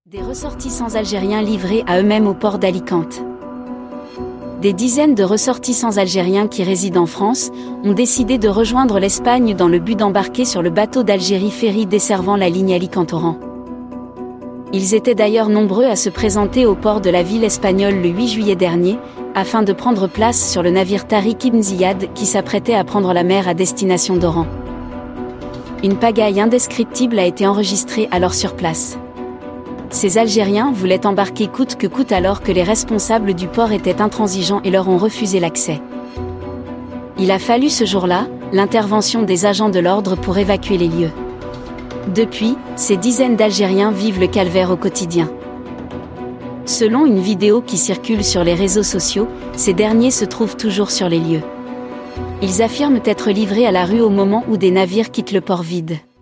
Des ressortissants algériens livrés à eux-mêmes au port d'Alicante. Des dizaines de ressortissants algériens qui résident en France ont décidé de rejoindre l'Espagne dans le but d'embarquer sur le bateau d'Algérie Ferry desservant la ligne Alicante-Oran. Ils étaient d'ailleurs nombreux à se présenter au port de la ville espagnole le 8 juillet dernier, afin de prendre place sur le navire Tariq Ibn Ziyad qui s'apprêtait à prendre la mer à destination d'Oran. Une pagaille indescriptible a été enregistrée alors sur place. Ces Algériens voulaient embarquer coûte que coûte alors que les responsables du port étaient intransigeants et leur ont refusé l'accès. Il a fallu ce jour-là, l'intervention des agents de l'ordre pour évacuer les lieux. Depuis, ces dizaines d'Algériens vivent le calvaire au quotidien. Selon une vidéo qui circule sur les réseaux sociaux, ces derniers se trouvent toujours sur les lieux. Ils affirment être livrés à la rue au moment où des navires quittent le port vide.